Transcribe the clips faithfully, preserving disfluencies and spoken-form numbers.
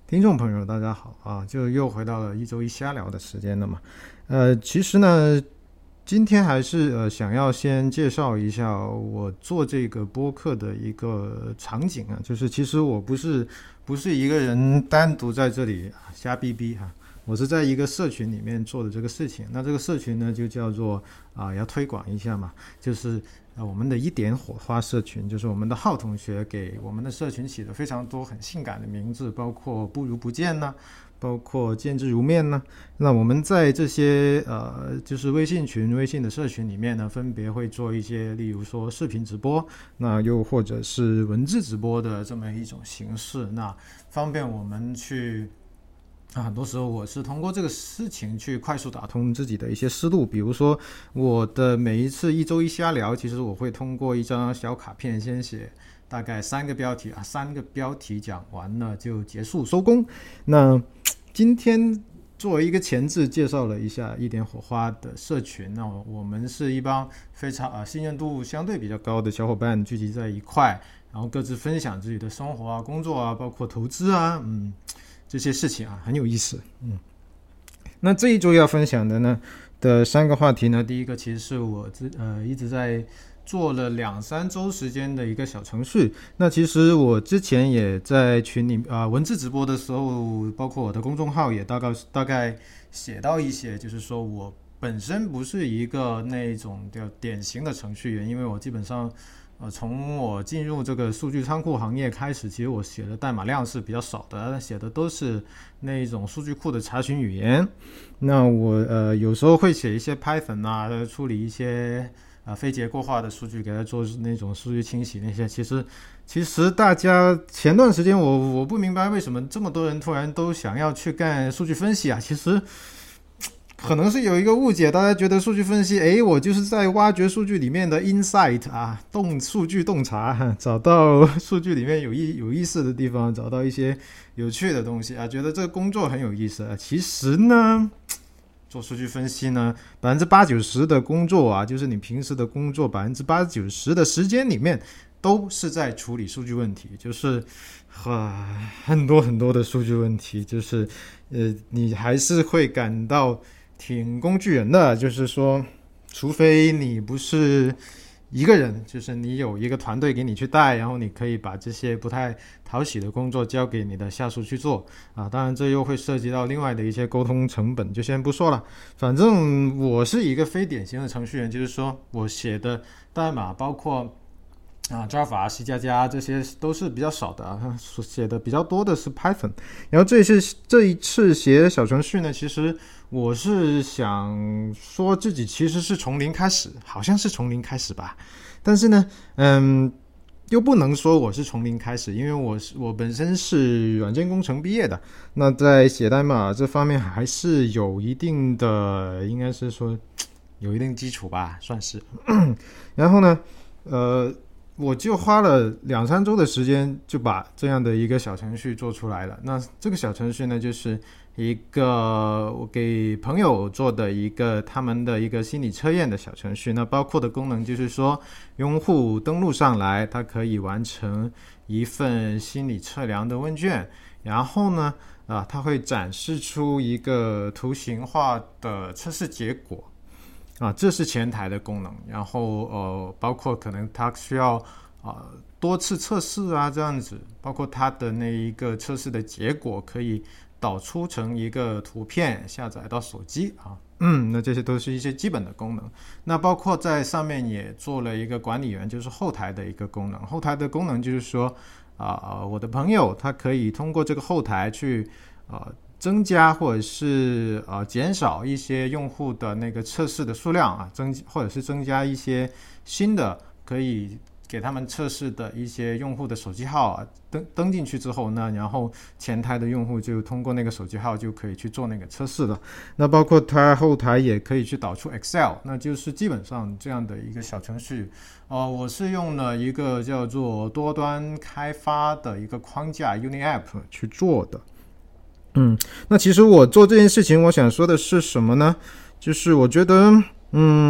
听众朋友大家好啊，就又回到了一周一瞎聊的时间了嘛。呃，其实呢，今天还是呃想要先介绍一下我做这个播客的一个场景啊，就是其实我不是不是一个人单独在这里瞎逼逼哈、啊，我是在一个社群里面做的这个事情。那这个社群呢，就叫做啊，要推广一下嘛，就是呃我们的一点火花社群，就是我们的浩同学给我们的社群起了非常多很性感的名字，包括不如不见呢，包括见之如面呢。那我们在这些呃，就是微信群、微信的社群里面呢，分别会做一些，例如说视频直播，那又或者是文字直播的这么一种形式，那方便我们去。啊，很多时候我是通过这个事情去快速打通自己的一些思路，比如说我的每一次一周一瞎聊，其实我会通过一张小卡片先写大概三个标题啊，三个标题讲完了就结束收工。那今天作为一个前置介绍了一下一点火花的社群，那我们是一帮非常啊信任度相对比较高的小伙伴聚集在一块，然后各自分享自己的生活啊、工作啊，包括投资啊，嗯。这些事情啊很有意思，嗯，那这一周要分享的呢的三个话题呢，第一个其实是我呃一直在做了两三周时间的一个小程序。那其实我之前也在群里啊、呃、文字直播的时候，包括我的公众号也大概大概写到一些，就是说我本身不是一个那种叫典型的程序员，因为我基本上。呃，从我进入这个数据仓库行业开始，其实我写的代码量是比较少的，写的都是那种数据库的查询语言。那我呃有时候会写一些 Python 啊，处理一些呃非结构化的数据，给它做那种数据清洗那些。其实其实大家前段时间我我不明白为什么这么多人突然都想要去干数据分析啊，其实。可能是有一个误解，大家觉得数据分析，诶，我就是在挖掘数据里面的 insight 啊，洞数据洞察，找到数据里面有意有意思的地方，找到一些有趣的东西啊，觉得这个工作很有意思啊。其实呢，做数据分析呢，百分之八九十的工作啊，就是你平时的工作百分之八九十的时间里面，都是在处理数据问题，就是呃很多很多的数据问题，就是呃你还是会感到。挺工具人的，就是说除非你不是一个人，就是你有一个团队给你去带，然后你可以把这些不太讨喜的工作交给你的下属去做啊。当然这又会涉及到另外的一些沟通成本，就先不说了。反正我是一个非典型的程序员，就是说我写的代码包括啊 Java、C 加加这些都是比较少的啊，写的比较多的是 Python。然后这次这一次写小程序呢，其实我是想说自己其实是从零开始，好像是从零开始吧。但是呢，嗯，又不能说我是从零开始，因为我是我本身是软件工程毕业的，那在写代码这方面还是有一定的，应该是说有一定基础吧，算是。然后呢，呃。我就花了两三周的时间就把这样的一个小程序做出来了。那这个小程序呢，就是一个我给朋友做的一个他们的一个心理测验的小程序。那包括的功能就是说，用户登录上来，他可以完成一份心理测量的问卷，然后呢，啊，它会展示出一个图形化的测试结果。啊，这是前台的功能，然后呃，包括可能它需要啊、呃、多次测试啊这样子，包括它的那一个测试的结果可以导出成一个图片下载到手机啊，嗯，那这些都是一些基本的功能。那包括在上面也做了一个管理员，就是后台的一个功能。后台的功能就是说啊、呃，我的朋友他可以通过这个后台去啊。呃增加或者是呃减少一些用户的那个测试的数量啊，增或者是增加一些新的可以给他们测试的一些用户的手机号啊，登登进去之后呢，然后前台的用户就通过那个手机号就可以去做那个测试了。那包括它后台也可以去导出 Excel， 那就是基本上这样的一个小程序。呃，我是用了一个叫做多端开发的一个框架 UniApp 去做的。嗯，那其实我做这件事情，我想说的是什么呢？就是我觉得，嗯，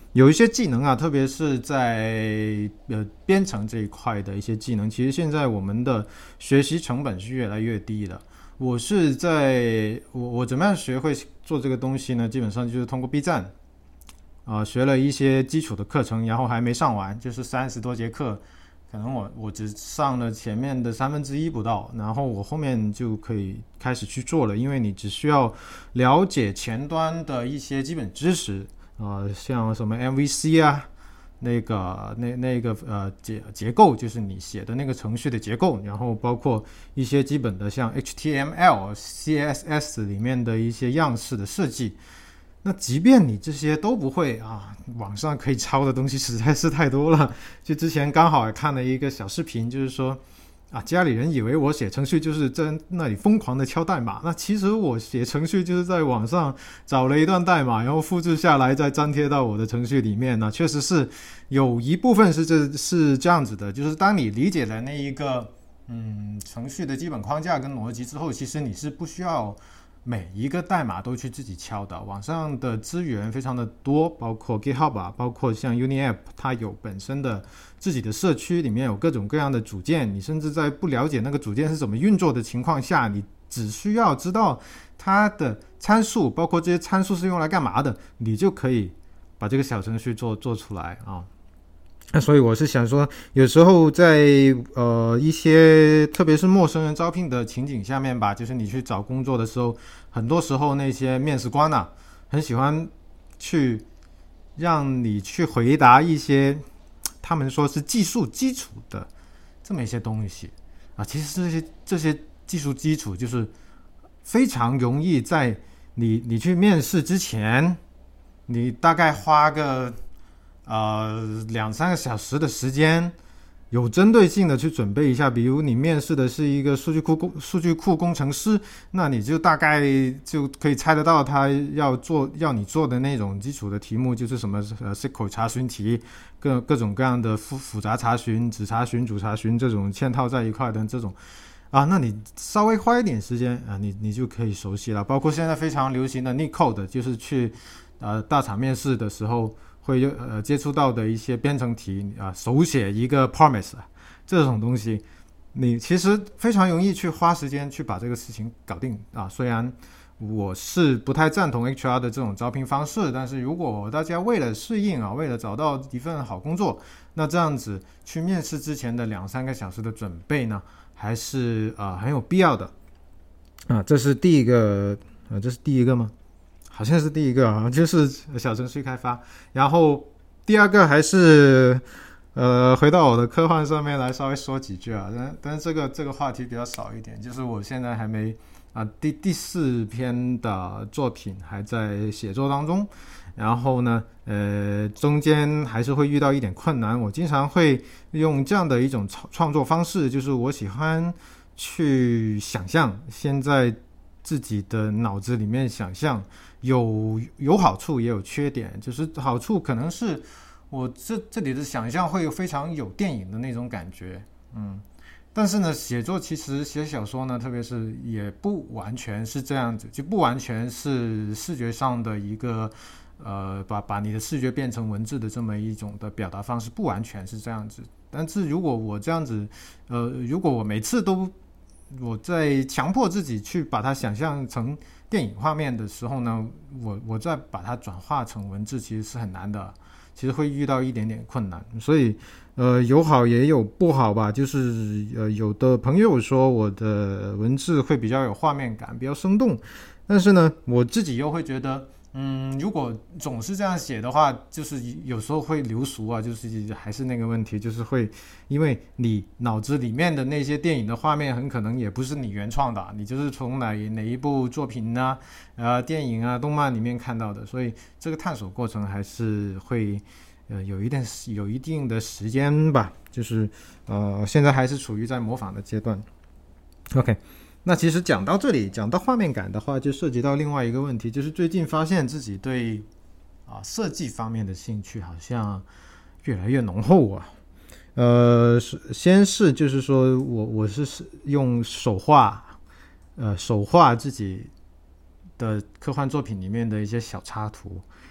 有一些技能啊，特别是在呃编程这一块的一些技能，其实现在我们的学习成本是越来越低的。我是在我我怎么样学会做这个东西呢？基本上就是通过 B 站啊、呃，学了一些基础的课程，然后还没上完，就是三十多节课，可能我我只上了前面的三分之一不到，然后我后面就可以开始去做了，因为你只需要了解前端的一些基本知识。啊、呃，像什么 M V C 啊，那个那那个呃结结构，就是你写的那个程序的结构，然后包括一些基本的像 H T M L、C S S 里面的一些样式的设计。那即便你这些都不会啊，网上可以抄的东西实在是太多了。就之前刚好看了一个小视频，就是说啊，家里人以为我写程序就是在那里疯狂的敲代码，那其实我写程序就是在网上找了一段代码，然后复制下来再粘贴到我的程序里面呢。确实是有一部分是这是这样子的，就是当你理解了那一个嗯程序的基本框架跟逻辑之后，其实你是不需要每一个代码都去自己敲的，网上的资源非常的多，包括 GitHub 啊，包括像 UniApp， 它有本身的自己的社区，里面有各种各样的组件，你甚至在不了解那个组件是怎么运作的情况下，你只需要知道它的参数，包括这些参数是用来干嘛的，你就可以把这个小程序做做出来啊。那所以我是想说，有时候在呃一些特别是陌生人招聘的情景下面吧，就是你去找工作的时候，很多时候那些面试官啊，很喜欢去让你去回答一些他们说是技术基础的这么一些东西啊。其实这些这些技术基础就是非常容易在你你去面试之前，你大概花个呃，两三个小时的时间，有针对性的去准备一下。比如你面试的是一个数据库工数据库工程师，那你就大概就可以猜得到他要做要你做的那种基础的题目，就是什么呃 S Q L 查询题，各各种各样的复复杂查询、子查询、主查询这种嵌套在一块的这种啊，那你稍微花一点时间啊，你你就可以熟悉了。包括现在非常流行的 LeetCode， 就是去呃大厂面试的时候。会呃接触到的一些编程题啊，手写一个 promise 这种东西，你其实非常容易去花时间去把这个事情搞定啊。虽然我是不太赞同 H R 的这种招聘方式，但是如果大家为了适应啊，为了找到一份好工作，那这样子去面试之前的两三个小时的准备呢，还是啊、呃、很有必要的啊。这是第一个啊，这是第一个吗？好像是第一个啊，就是小程序开发。然后第二个还是呃，回到我的科幻上面来稍微说几句啊。但但是这个这个话题比较少一点，就是我现在还没啊，第第四篇的作品还在写作当中。然后呢，呃，中间还是会遇到一点困难。我经常会用这样的一种创作方式，就是我喜欢去想象，现在自己的脑子里面想象。有有好处也有缺点，就是好处可能是我这这里的想象会有非常有电影的那种感觉，嗯，但是呢，写作其实写小说呢，特别是也不完全是这样子，就不完全是视觉上的一个呃，把把你的视觉变成文字的这么一种的表达方式，不完全是这样子。但是如果我这样子，呃，如果我每次都我在强迫自己去把它想象成电影画面的时候呢，我我再把它转化成文字，其实是很难的，其实会遇到一点点困难。所以，呃，有好也有不好吧。就是呃，有的朋友说我的文字会比较有画面感，比较生动，但是呢，我自己又会觉得。嗯，如果总是这样写的话，就是有时候会流俗啊，就是还是那个问题，就是会因为你脑子里面的那些电影的画面很可能也不是你原创的，你就是从哪哪一部作品啊、呃电影啊、动漫里面看到的，所以这个探索过程还是会呃有一定有一定的时间吧，就是呃现在还是处于在模仿的阶段。OK。那其实讲到这里，讲到画面感的话，就涉及到另外一个问题，就是最近发现自己对啊设计方面的兴趣好像越来越浓厚啊。呃，先是就是说我我是用手画，呃手画自己的科幻作品里面的一些小插图，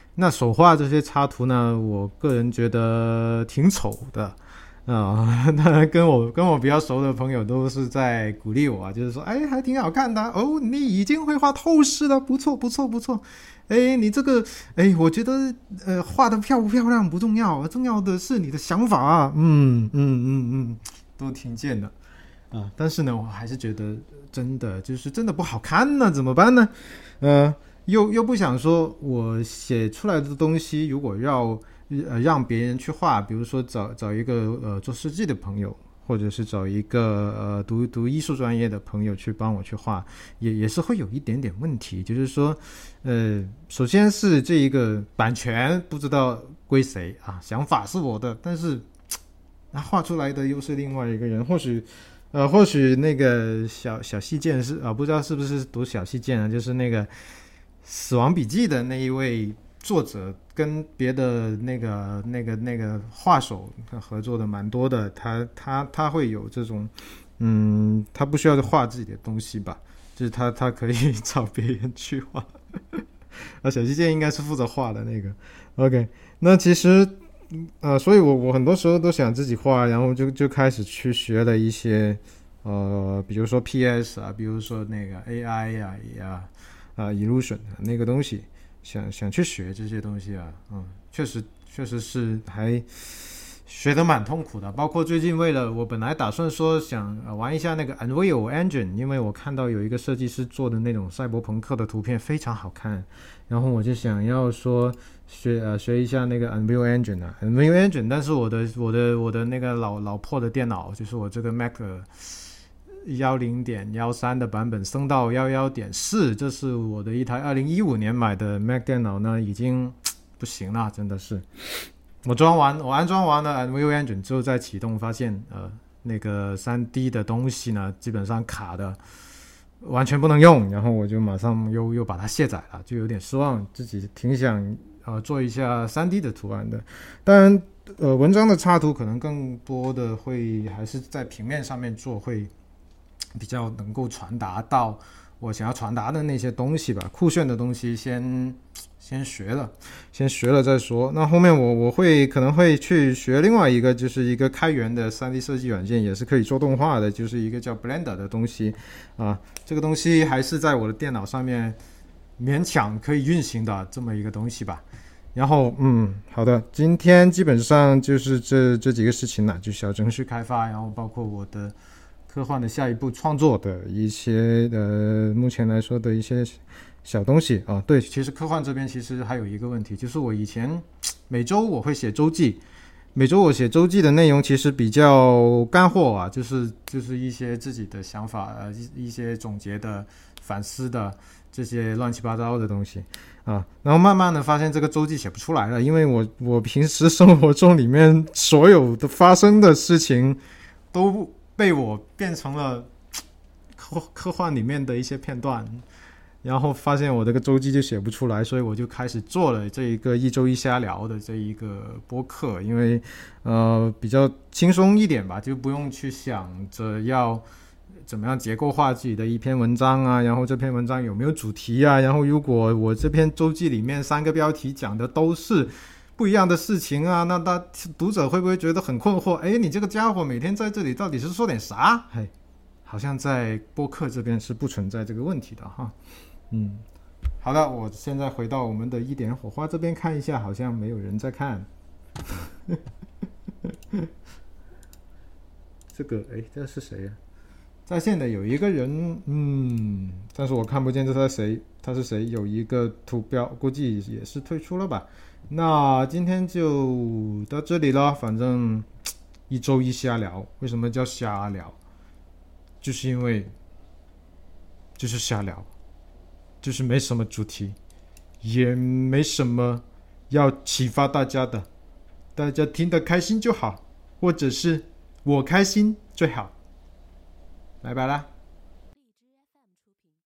那手画这些插图呢，我个人觉得挺丑的啊。那跟我跟我比较熟的朋友都是在鼓励我啊，就是说，哎，还挺好看的哦，你已经会画透视了，不错不错不错。哎，你这个，哎，我觉得，呃，画的漂不漂亮不重要，重要的是你的想法啊。嗯嗯嗯嗯，都听见的啊。但是呢，我还是觉得真的就是真的不好看呢，怎么办呢？呃，又又不想说我写出来的东西，如果要呃让别人去画，比如说找找一个呃做设计的朋友。或者是找一个呃读读艺术专业的朋友去帮我去画，也也是会有一点点问题，就是说，呃，首先是这一个版权不知道归谁啊，想法是我的，但是那画出来的又是另外一个人，或许，呃，或许那个小小细剑是啊，不知道是不是读小细剑啊，就是那个《死亡笔记》的那一位。作者跟别的那个那个那个画手合作的蛮多的，他他他会有这种，嗯，他不需要画自己的东西吧，就是他他可以找别人去画。啊，小西剑应该是负责画的那个。OK， 那其实呃，所以我我很多时候都想自己画，然后就就开始去学了一些呃，比如说 P S 啊，比如说那个 A I 呀呀啊 Illusion 那个东西。想想去学这些东西啊，嗯，确实确实是还学得蛮痛苦的。包括最近为了我本来打算说想、呃、玩一下那个 Unreal Engine， 因为我看到有一个设计师做的那种赛博朋克的图片非常好看，然后我就想要说学呃学一下那个 Unreal Engine 啊 Unreal Engine， 但是我的我的我的那个老老破的电脑，就是我这个 Mac。幺零点幺三的版本升到幺幺点四，这是我的一台二零一五年买的 Mac 电脑呢，已经不行了，真的是。我装完，我安装完了 Unreal Engine 之后再启动，发现呃那个 三 D 的东西呢，基本上卡的完全不能用，然后我就马上又又把它卸载了，就有点失望，自己挺想呃做一下 三 D 的图案的，当然呃文章的插图可能更多的会还是在平面上面做会。比较能够传达到我想要传达的那些东西吧，酷炫的东西先先学了，先学了再说。那后面我我会可能会去学另外一个，就是一个开源的 三 D 设计软件，也是可以做动画的，就是一个叫 Blender 的东西啊。这个东西还是在我的电脑上面勉强可以运行的这么一个东西吧。然后嗯，好的，今天基本上就是这这几个事情了，就小程序开发，然后包括我的。科幻的下一步创作的一些呃，目前来说的一些小东西啊。对，其实科幻这边其实还有一个问题，就是我以前每周我会写周记，每周我写周记的内容其实比较干货啊，就是就是一些自己的想法，呃，一一些总结的、反思的这些乱七八糟的东西啊。然后慢慢的发现这个周记写不出来了，因为我我平时生活中里面所有的发生的事情都。被我变成了科科幻里面的一些片段，然后发现我这个周记就写不出来，所以我就开始做了这一个一周一瞎聊的这一个播客，因为呃比较轻松一点吧，就不用去想着要怎么样结构化自己的一篇文章啊，然后这篇文章有没有主题啊，然后如果我这篇周记里面三个标题讲的都是不一样的事情啊，那他读者会不会觉得很困惑？哎，你这个家伙每天在这里到底是说点啥？嘿，好像在播客这边是不存在这个问题的哈。嗯，好的，我现在回到我们的一点火花这边看一下，好像没有人在看。这个，哎，这是谁呀、啊？在线的有一个人，嗯，但是我看不见这是谁，他是谁？有一个图标，估计也是退出了吧。那今天就到这里了，反正一周一瞎聊。为什么叫瞎聊？就是因为就是瞎聊，就是没什么主题，也没什么要启发大家的，大家听得开心就好，或者是我开心最好。拜拜啦。